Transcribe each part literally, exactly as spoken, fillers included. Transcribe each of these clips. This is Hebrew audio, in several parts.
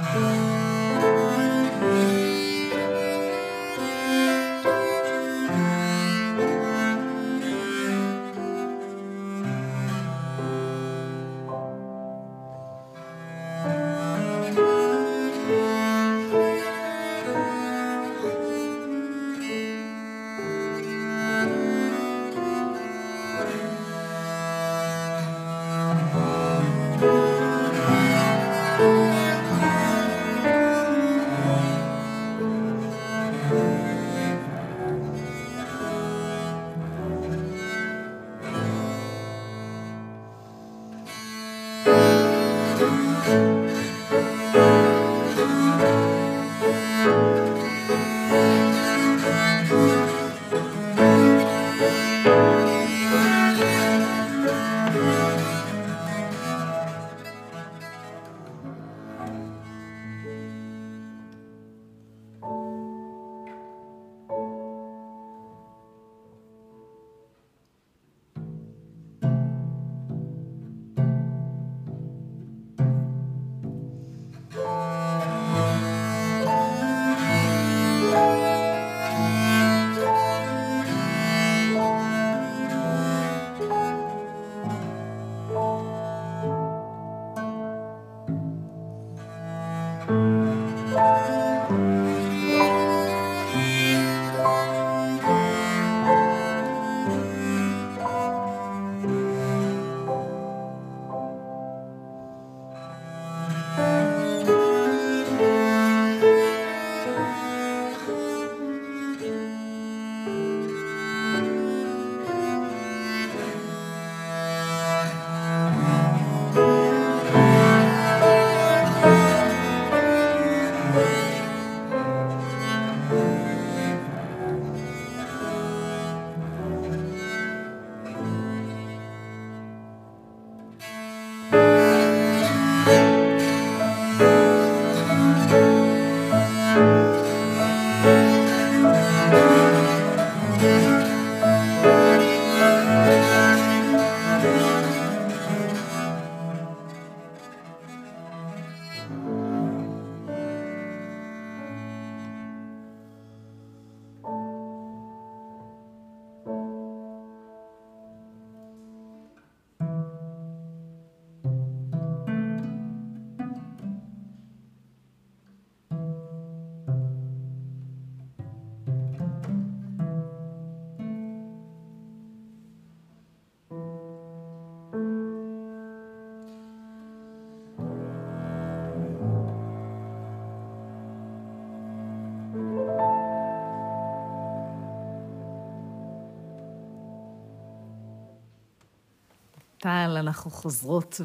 טל, אנחנו חוזרות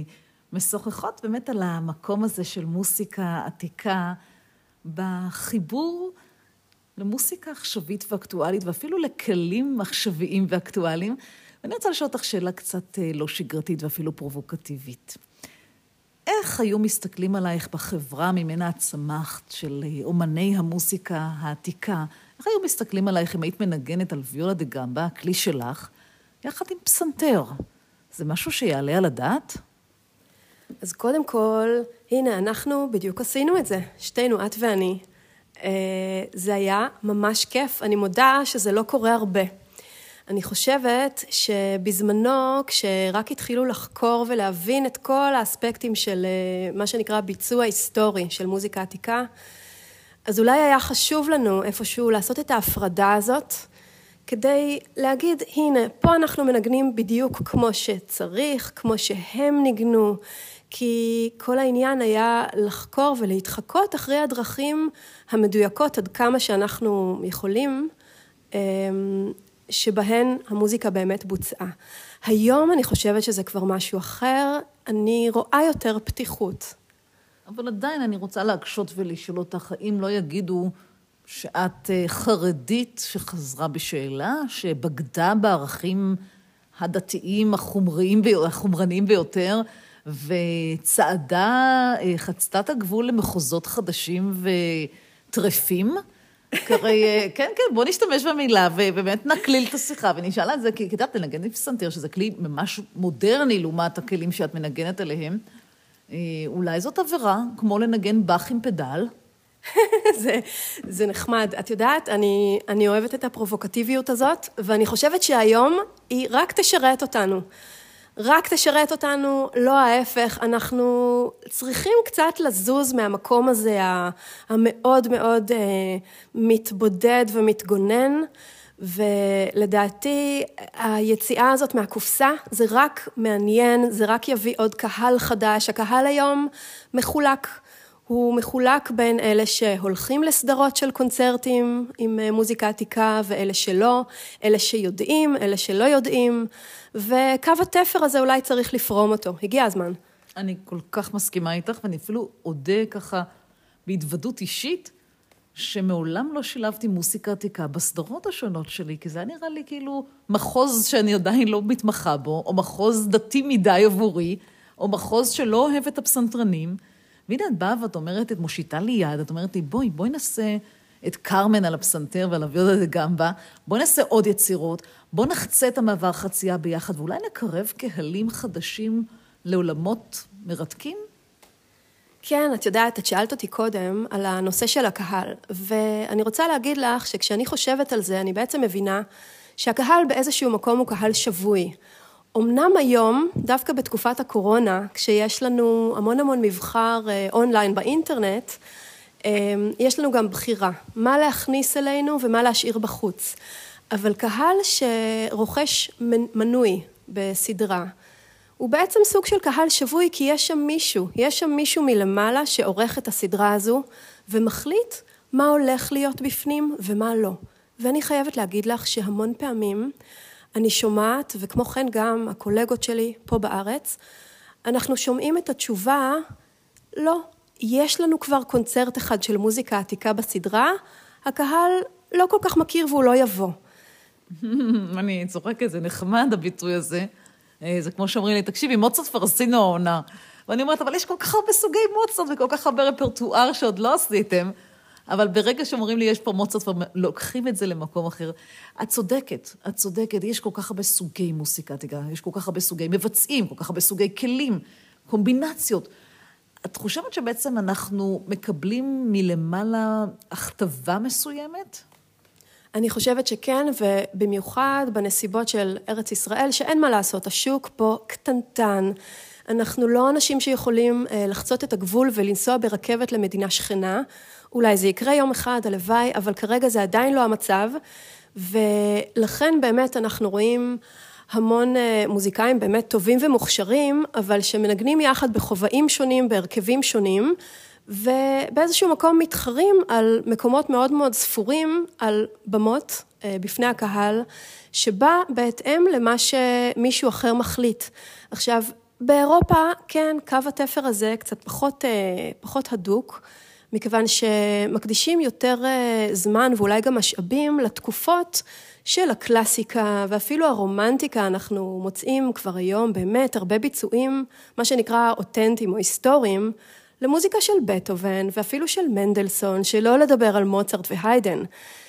ומשוחחות באמת על המקום הזה של מוסיקה עתיקה, בחיבור למוסיקה עכשווית ואקטואלית, ואפילו לכלים עכשוויים ואקטואליים. ואני רוצה לשאול אותך שאלה קצת לא שגרתית ואפילו פרובוקטיבית. איך היו מסתכלים עלייך בחברה ממנה הצמחת של אומני המוסיקה העתיקה? איך היו מסתכלים עלייך אם היית מנגנת על ויולה דה גמבה, הכלי שלך, יחד עם פסנתר? זה משהו שיעלה על הדעת? אז קודם כל, הנה, אנחנו בדיוק עשינו את זה, שתינו, את ואני. זה היה ממש כיף, אני מודה שזה לא קורה הרבה. אני חושבת שבזמנו, כשרק התחילו לחקור ולהבין את כל האספקטים של מה שנקרא ביצוע היסטורי של מוזיקה עתיקה, אז אולי היה חשוב לנו איפשהו לעשות את ההפרדה הזאת, כדי להגיד, הנה, פה אנחנו מנגנים בדיוק כמו שצריך, כמו שהם ניגנו, כי כל העניין היה לחקור ולהתחקות אחרי הדרכים המדויקות עד כמה שאנחנו יכולים, שבהן המוזיקה באמת בוצעה. היום אני חושבת שזה כבר משהו אחר, אני רואה יותר פתיחות. אבל עדיין אני רוצה להקשות ולשאול אותך, האם לא יגידו שאת חרדית שחזרה בשאלה, שבגדה בערכים הדתיים החומריים, החומרניים ביותר, וצעדה, חצתה את הגבול למחוזות חדשים וטרפים? כרי, כן, כן, בוא נשתמש במילה, ובאמת נקליל את השיחה, ונשאלה את זה, כי כדעת לנגן עם פסנתר, שזה כלי ממש מודרני לעומת הכלים שאת מנגנת עליהם. אולי זאת עבירה, כמו לנגן באך עם פדל? זה, זה נחמד. את יודעת, אני, אני אוהבת את הפרובוקטיביות הזאת, ואני חושבת שהיום היא רק תשרת אותנו. רק תשרת אותנו, לא ההפך. אנחנו צריכים קצת לזוז מהמקום הזה המאוד מאוד אה, מתבודד ומתגונן, ולדעתי היציאה הזאת מהקופסה זה רק מעניין, זה רק יביא עוד קהל חדש. הקהל היום מחולק. הוא מחולק בין אלה שהולכים לסדרות של קונצרטים עם מוזיקה עתיקה ואלה שלא, אלה שיודעים, אלה שלא יודעים, וקו התפר הזה אולי צריך לפרום אותו. הגיע הזמן. אני כל כך מסכימה איתך, ואני אפילו אודה ככה בהתוודות אישית, שמעולם לא שילבתי מוסיקה עתיקה בסדרות השונות שלי, כי זה נראה לי כאילו מחוז שאני עדיין לא מתמחה בו, או מחוז דתי מדי עבורי, או מחוז שלא אוהב את הפסנתרנים, והנה את באה ואת אומרת, את מושיטה לי יד, את אומרת לי, בואי, בואי נעשה את קרמן על הפסנתר ועל אביודה דה גמבה, בואי נעשה עוד יצירות, בואי נחצה את המעבר חצייה ביחד, ואולי נקרב קהלים חדשים לעולמות מרתקים? כן, את יודעת, את שאלת אותי קודם על הנושא של הקהל, ואני רוצה להגיד לך שכשאני חושבת על זה, אני בעצם מבינה שהקהל באיזשהו מקום הוא קהל שבוי. אמנם היום, דווקא בתקופת הקורונה, כשיש לנו המון המון מבחר אונליין באינטרנט, יש לנו גם בחירה, מה להכניס אלינו ומה להשאיר בחוץ. אבל קהל שרוכש מנוי בסדרה, הוא בעצם סוג של קהל שבוי, כי יש שם מישהו, יש שם מישהו מלמעלה שעורך את הסדרה הזו, ומחליט מה הולך להיות בפנים ומה לא. ואני חייבת להגיד לך שהמון פעמים, אני שומעת, וכמו כן גם הקולגות שלי פה בארץ, אנחנו שומעים את התשובה, לא, יש לנו כבר קונצרט אחד של מוזיקה עתיקה בסדרה, הקהל לא כל כך מכיר והוא לא יבוא. אני צוחקת, זה נחמד הביטוי הזה. זה כמו שאומרים לי, תקשיבי, מוצרט כבר עשינו העונה. ואני אומרת, אבל יש כל כך הרבה סוגי מוצרט וכל כך הרבה רפרטואר שעוד לא עשיתם. אבל ברגע שאומרים לי, יש פה מוצרט, ולוקחים את זה למקום אחר. את צודקת, את צודקת. יש כל כך הרבה סוגי מוסיקה עתיקה, יש כל כך הרבה סוגי מבצעים, כל כך הרבה סוגי כלים, קומבינציות. את חושבת שבעצם אנחנו מקבלים מלמעלה הכתבה מסוימת? אני חושבת שכן, ובמיוחד בנסיבות של ארץ ישראל, שאין מה לעשות, השוק פה קטנטן. אנחנו לא אנשים שיכולים לחצות את הגבול ולנסוע ברכבת למדינה שכנה. אולי זה יקרה יום אחד, הלוואי, אבל כרגע זה עדיין לא המצב. ולכן באמת אנחנו רואים המון מוזיקאים באמת טובים ומוכשרים, אבל שמנגנים יחד בחובעים שונים, בהרכבים שונים, ובאיזשהו מקום מתחרים על מקומות מאוד מאוד ספורים, על במות בפני הקהל, שבא בהתאם למה שמישהו אחר מחליט. עכשיו, באירופה, כן, קו התפר הזה קצת פחות, פחות הדוק, מכיוון שמקדישים יותר זמן ואולי גם משאבים לתקופות של הקלאסיקה ואפילו הרומנטיקה. אנחנו מוצאים כבר היום באמת הרבה ביצועים, מה שנקרא אותנטיים או היסטוריים, למוזיקה של בטהובן ואפילו של מנדלסון, שלא לדבר על מוצרט והיידן.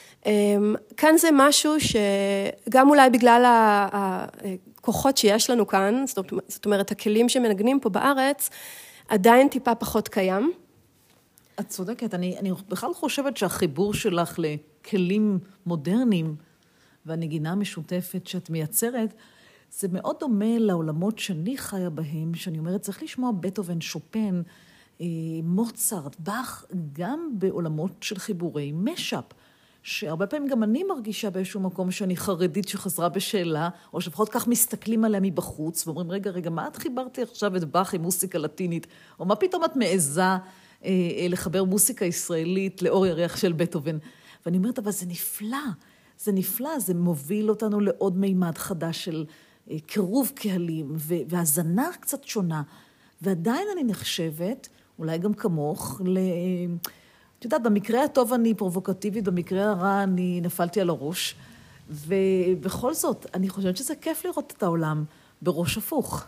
כאן זה משהו שגם אולי בגלל הכוחות שיש לנו כאן, זאת אומרת, הכלים שמנגנים פה בארץ, עדיין טיפה פחות קיים. את צודקת, אני, אני בכלל חושבת שהחיבור שלך לכלים מודרניים והנגינה המשותפת שאת מייצרת, זה מאוד דומה לעולמות שאני חיה בהם, שאני אומרת, צריך לשמוע בטהובן, שופן, מוצרט, באך, גם בעולמות של חיבורי משאפ, שהרבה פעמים גם אני מרגישה באיזשהו מקום שאני חרדית שחזרה בשאלה, או שלפחות כך מסתכלים עליה מבחוץ, ואומרים, רגע, רגע, מה את חיברתי עכשיו את באך עם מוסיקה לטינית? או מה פתאום את מעיזה אה, לחבר מוסיקה ישראלית לאור ירח של בטהובן? ואני אומרת, אבל זה נפלא, זה נפלא, זה מוביל אותנו לעוד מימד חדש של אה, קירוב קהלים, והזנה קצת שונה. ועדיין אני נחשבת, אולי גם כמוך, ל... את יודעת, במקרה הטוב אני פרובוקטיבית, במקרה הרע אני נפלתי על הראש, ובכל זאת, אני חושבת שזה כיף לראות את העולם בראש הפוך.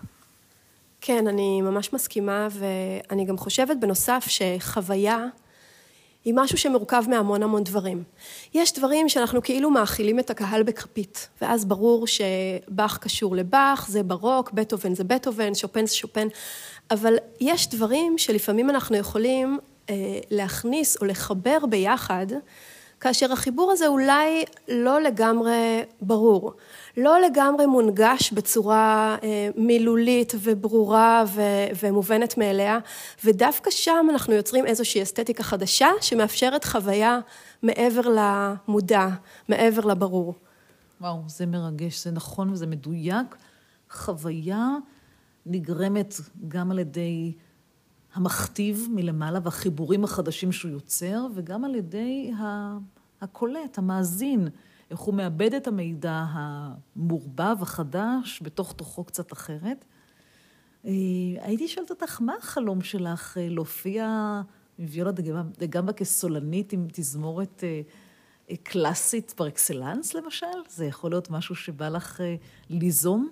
כן, אני ממש מסכימה, ואני גם חושבת בנוסף שחוויה היא משהו שמורכב מהמון המון דברים. יש דברים שאנחנו כאילו מאכילים את הקהל בכפית, ואז ברור שבאך קשור לבאך, זה ברוק, בטהובן זה בטהובן, שופן זה שופן, אבל יש דברים שלפעמים אנחנו יכולים אה, להכניס או לחבר ביחד, כאשר החיבור הזה אולי לא לגמרי ברור, לא לגמרי מונגש בצורה אה, מילולית וברורה ו- ומובנת מאליה, ודווקא שם אנחנו יוצרים איזושהי אסתטיקה חדשה, שמאפשרת חוויה מעבר למודע, מעבר לברור. וואו, זה מרגש, זה נכון וזה מדויק. חוויה נגרמת גם על ידי המכתיב מלמעלה והחיבורים החדשים שהוא יוצר, וגם על ידי הקולט, המאזין, איך הוא מאבד את המידע המורבב, החדש, בתוך תוכו קצת אחרת. הייתי שואלת אותך, מה החלום שלך להופיע מוויולה דה גמבה כסולנית עם תזמורת קלאסית פר אקסלנס, למשל? זה יכול להיות משהו שבא לך ליזום?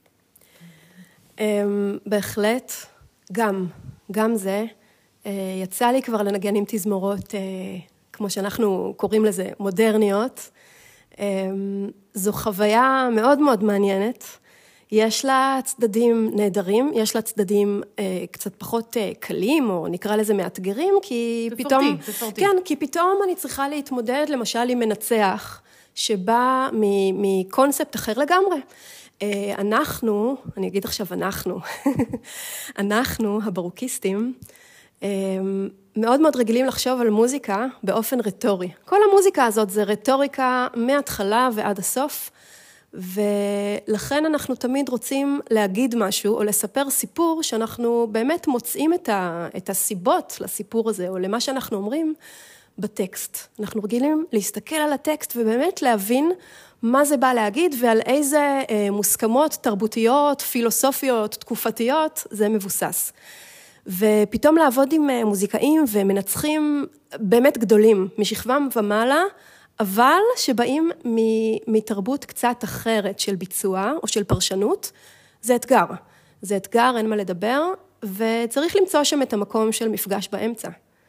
בהחלט, גם, גם זה. יצא לי כבר לנגן עם תזמורות, כמו שאנחנו קוראים לזה, מודרניות. זו חוויה מאוד מאוד מעניינת. יש לה צדדים נהדרים, יש לה צדדים קצת פחות קלים, או נקרא לזה מאתגרים, כי פתאום... תפרטי. כן, כי פתאום אני צריכה להתמודד, למשל, עם מנצח, שבא מקונספט אחר לגמרי. אנחנו, אני אגיד עכשיו אנחנו, אנחנו, הברוקיסטים, מאוד מאוד רגילים לחשוב על מוזיקה באופן רטורי. כל המוזיקה הזאת זה רטוריקה מההתחלה ועד הסוף, ולכן אנחנו תמיד רוצים להגיד משהו או לספר סיפור שאנחנו באמת מוצאים את, ה, את הסיבות לסיפור הזה או למה שאנחנו אומרים בטקסט. אנחנו רגילים להסתכל על הטקסט ובאמת להבין מה זה בא להגיד ועל איזה מוסכמות תרבותיות, פילוסופיות, תקופתיות זה מבוסס. ופתאום לעבוד עם מוזיקאים ומנצחים באמת גדולים, משכבם ומעלה, אבל שבאים מתרבות קצת אחרת של ביצוע או של פרשנות, זה אתגר. זה אתגר, אין מה לדבר, וצריך למצוא שם את המקום של מפגש באמצע.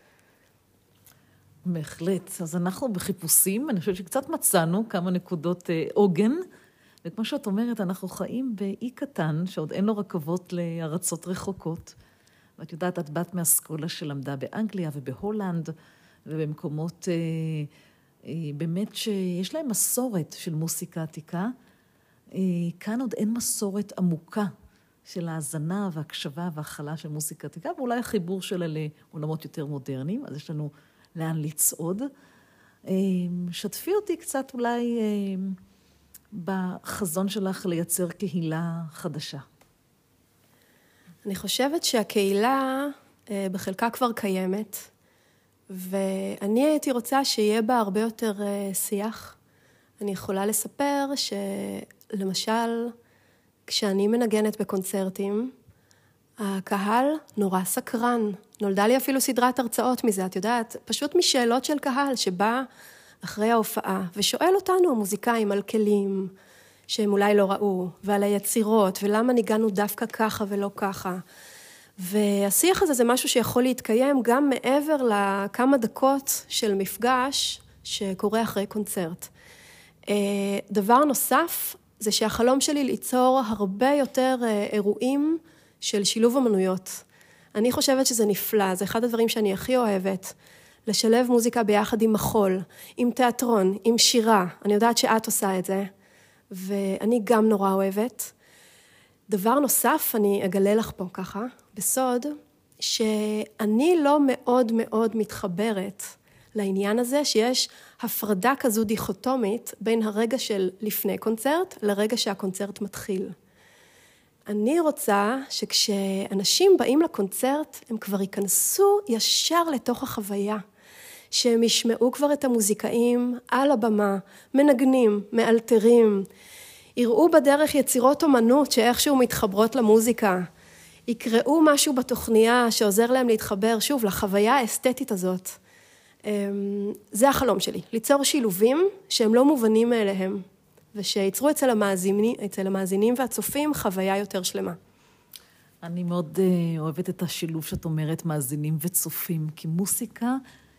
בהחלט. אז אנחנו בחיפושים, אני חושבת שקצת מצאנו כמה נקודות עוגן, וכמו שאת אומרת, אנחנו חיים באי קטן, שעוד אין לו רכבות לארצות רחוקות, ואת יודעת, את בת מהסקולה שלמדה באנגליה ובהולנד, ובמקומות אה, אה, באמת שיש להם מסורת של מוסיקה עתיקה. אה, כאן עוד אין מסורת עמוקה של ההזנה והקשבה והכלה של מוסיקה עתיקה, ואולי החיבור שלה לעולמות יותר מודרניים, אז יש לנו לאן לצעוד. אה, שתפי אותי קצת אולי אה, בחזון שלך לייצר קהילה חדשה. אני חושבת שהקהילה בחלקה כבר קיימת, ואני הייתי רוצה שיהיה בה הרבה יותר שיח. אני יכולה לספר שלמשל, כשאני מנגנת בקונצרטים, הקהל נורא סקרן. נולדה לי אפילו סדרת הרצאות מזה, את יודעת, פשוט משאלות של קהל שבא אחרי ההופעה, ושואל אותנו המוזיקאים על כלים, שהם אולי לא ראו, ועל היצירות, ולמה ניגענו דווקא ככה ולא ככה. והשיח הזה זה משהו שיכול להתקיים גם מעבר לכמה דקות של מפגש שקורה אחרי קונצרט. דבר נוסף, זה שהחלום שלי ליצור הרבה יותר אירועים של שילוב אמנויות. אני חושבת שזה נפלא, זה אחד הדברים שאני הכי אוהבת, לשלב מוזיקה ביחד עם מחול, עם תיאטרון, עם שירה. אני יודעת שאת עושה את זה. ואני גם נורא אוהבת. דבר נוסף, אני אגלה לך פה ככה, בסוד, שאני לא מאוד מאוד מתחברת לעניין הזה, שיש הפרדה כזו דיכוטומית בין הרגע של לפני קונצרט לרגע שהקונצרט מתחיל. אני רוצה שכשאנשים באים לקונצרט, הם כבר ייכנסו ישר לתוך החוויה. שהם ישמעו כבר את המוזיקאים על הבמה, מנגנים, מאלתרים, יראו בדרך יצירות אומנות שאיכשהו מתחברות למוזיקה, יקראו משהו בתוכניה שעוזר להם להתחבר, שוב, לחוויה האסתטית הזאת. זה החלום שלי, ליצור שילובים שהם לא מובנים מאליהם, ושיצרו אצל המאזינים, אצל המאזינים והצופים חוויה יותר שלמה. אני מאוד אוהבת את השילוב שאת אומרת, מאזינים וצופים, כי מוסיקה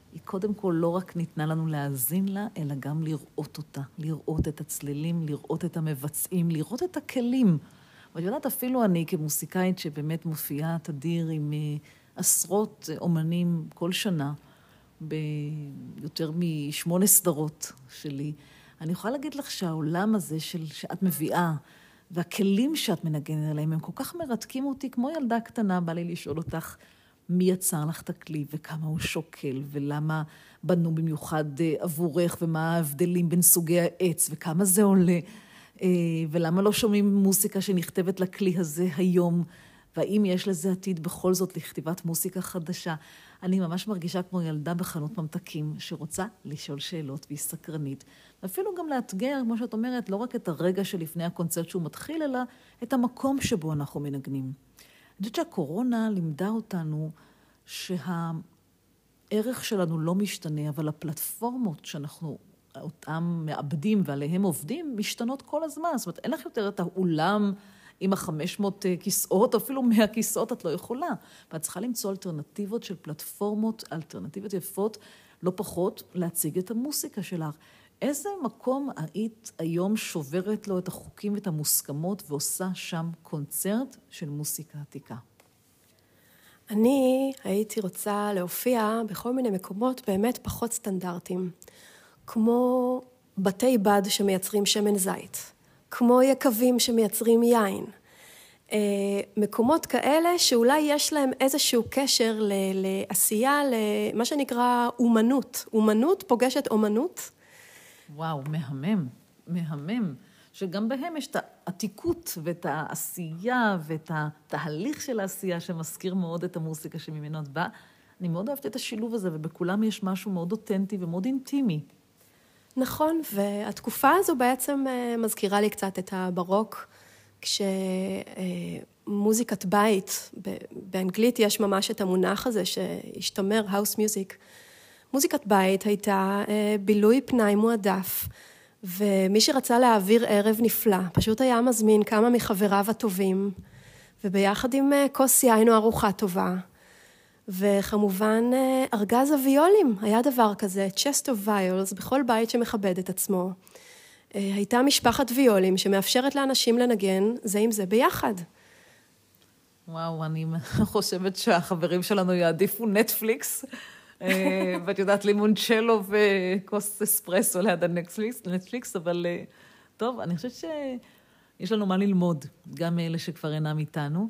היא קודם כל לא רק ניתנה לנו להאזין לה, אלא גם לראות אותה, לראות את הצלילים, לראות את המבצעים, לראות את הכלים. ואת יודעת, אפילו אני כמוסיקאית שבאמת מופיעה תדיר עם עשרות אומנים כל שנה, ביותר משמונה סדרות שלי, אני יכולה להגיד לך שהעולם הזה של, שאת מביאה, והכלים שאת מנגנת עליהם, הם כל כך מרתקים אותי, כמו ילדה קטנה, בא לי לשאול אותך, מי יצר לך את הכלי, וכמה הוא שוקל, ולמה בנו במיוחד עבורך, ומה ההבדלים בין סוגי העץ, וכמה זה עולה, ולמה לא שומעים מוזיקה שנכתבת לכלי הזה היום, והאם יש לזה עתיד בכל זאת לכתיבת מוזיקה חדשה. אני ממש מרגישה כמו ילדה בחנות ממתקים, שרוצה לשאול שאלות והיא סקרנית, ואפילו גם לאתגר, כמו שאת אומרת, לא רק את הרגע שלפני הקונצרט שהוא מתחיל, אלא את המקום שבו אנחנו מנגנים. אני חושבת שהקורונה לימדה אותנו שהערך שלנו לא משתנה, אבל הפלטפורמות שאנחנו אותם מאבדים ועליהם עובדים, משתנות כל הזמן. זאת אומרת, אין לך יותר את האולם עם החמש מאות כיסאות, או אפילו מאה כיסאות את לא יכולה. ואת צריכה למצוא אלטרנטיבות של פלטפורמות, אלטרנטיבות יפות, לא פחות, להציג את המוסיקה שלך. איזה מקום היית היום שוברת לו את החוקים ואת המוסכמות, ועושה שם קונצרט של מוסיקה עתיקה? אני הייתי רוצה להופיע בכל מיני מקומות באמת פחות סטנדרטיים, כמו בתי בד שמייצרים שמן זית, כמו יקבים שמייצרים יין, מקומות כאלה שאולי יש להם איזשהו קשר לעשייה, למה שנקרא אומנות. אומנות פוגשת אומנות. וואו, מהמם, מהמם. שגם בהם יש את העתיקות ואת העשייה ואת התהליך של העשייה שמזכיר מאוד את המוזיקה שממנו את באה. אני מאוד אוהבת את השילוב הזה, ובכולם יש משהו מאוד אותנטי ומאוד אינטימי. נכון, והתקופה הזו בעצם מזכירה לי קצת את הברוק, כשמוזיקת בית, באנגלית יש ממש את המונח הזה שהשתמר, house music. מוזיקת בית הייתה בילוי פנאי מועדף, ומי שרצה להעביר ערב נפלא, פשוט היה מזמין כמה מחבריו הטובים, וביחד עם כוס יין או ארוחה טובה, וכמובן ארגז הוויולים, היה דבר כזה, chest of violins, בכל בית שמכבד את עצמו. הייתה משפחת ויולים שמאפשרת לאנשים לנגן זה עם זה ביחד. וואו, אני חושבת שהחברים שלנו יעדיפו נטפליקס, ואת יודעת, לימונצ'לו וכוס אספרסו ליד הנטפליקס, אבל טוב, אני חושבת שיש לנו מה ללמוד, גם אלה שכבר אינם איתנו,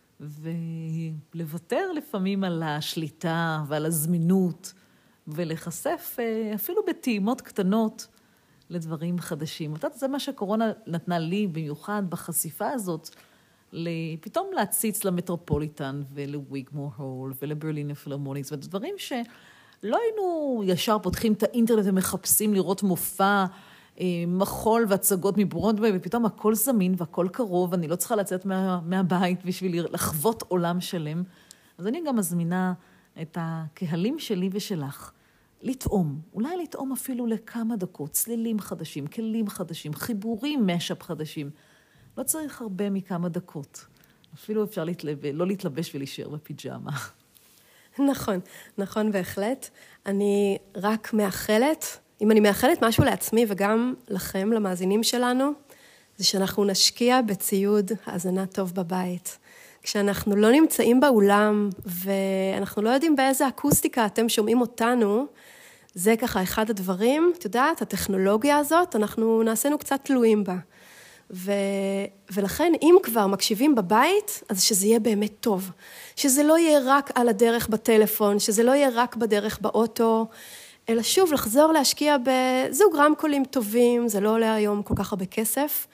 ולוותר לפעמים על השליטה ועל הזמינות, ולחשף אפילו בטעימות קטנות לדברים חדשים. זה מה שקורונה נתנה לי במיוחד בחשיפה הזאת, פתאום להציץ למטרופוליטן ולוויגמור הול ולברלינר פילהרמוניקס, ודברים שלא היינו ישר פותחים את האינטרנט ומחפשים לראות מופע, מחול והצגות מברודווי, ופתאום הכל זמין והכל קרוב, אני לא צריכה לצאת מה, מהבית בשביל לחוות עולם שלם. אז אני גם מזמינה את הקהלים שלי ושלך לטעום, אולי לטעום אפילו לכמה דקות, צלילים חדשים, כלים חדשים, חיבורים משאפ חדשים. לא צריך הרבה מכמה דקות. אפילו אפשר להתלבש, לא להתלבש ולהישאר בפיג'מה. נכון, נכון בהחלט. אני רק מאחלת, אם אני מאחלת משהו לעצמי וגם לכם, למאזינים שלנו, זה שאנחנו נשקיע בציוד האזנה טוב בבית. כשאנחנו לא נמצאים באולם ואנחנו לא יודעים באיזה אקוסטיקה אתם שומעים אותנו, זה ככה אחד הדברים, את יודעת, הטכנולוגיה הזאת, אנחנו נעשינו קצת תלויים בה. ו... ולכן אם כבר מקשיבים בבית, אז שזה יהיה באמת טוב. שזה לא יהיה רק על הדרך בטלפון, שזה לא יהיה רק בדרך באוטו, אלא שוב לחזור להשקיע בזוג רמקולים טובים, זה לא עולה היום כל כך הרבה כסף,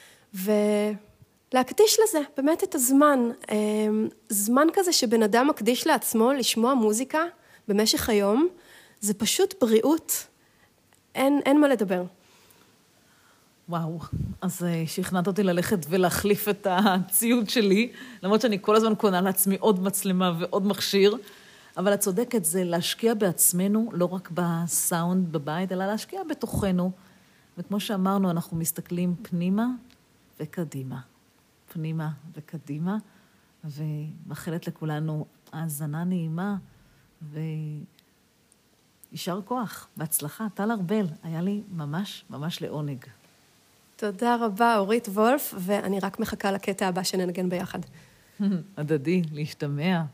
ולהקדיש לזה באמת את הזמן. זמן כזה שבן אדם מקדיש לעצמו לשמוע מוזיקה במשך היום, זה פשוט בריאות, אין, אין מה לדבר. וואו, אז שכנעת אותי ללכת ולהחליף את הציוד שלי, למרות שאני כל הזמן קונה לעצמי עוד מצלמה ועוד מכשיר, אבל את צודקת, זה להשקיע בעצמנו, לא רק בסאונד בבית, אלא להשקיע בתוכנו, וכמו שאמרנו, אנחנו מסתכלים פנימה וקדימה, פנימה וקדימה, ומאחלת לכולנו האזנה נעימה, יישר כוח, בהצלחה. טל ארבל, היה לי ממש ממש לעונג. תודה רבה, אורית וולף, ואני רק מחכה לקטע הבא שננגן ביחד. הדדי, להשתמע.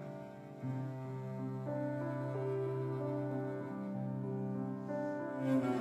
Mm-hmm.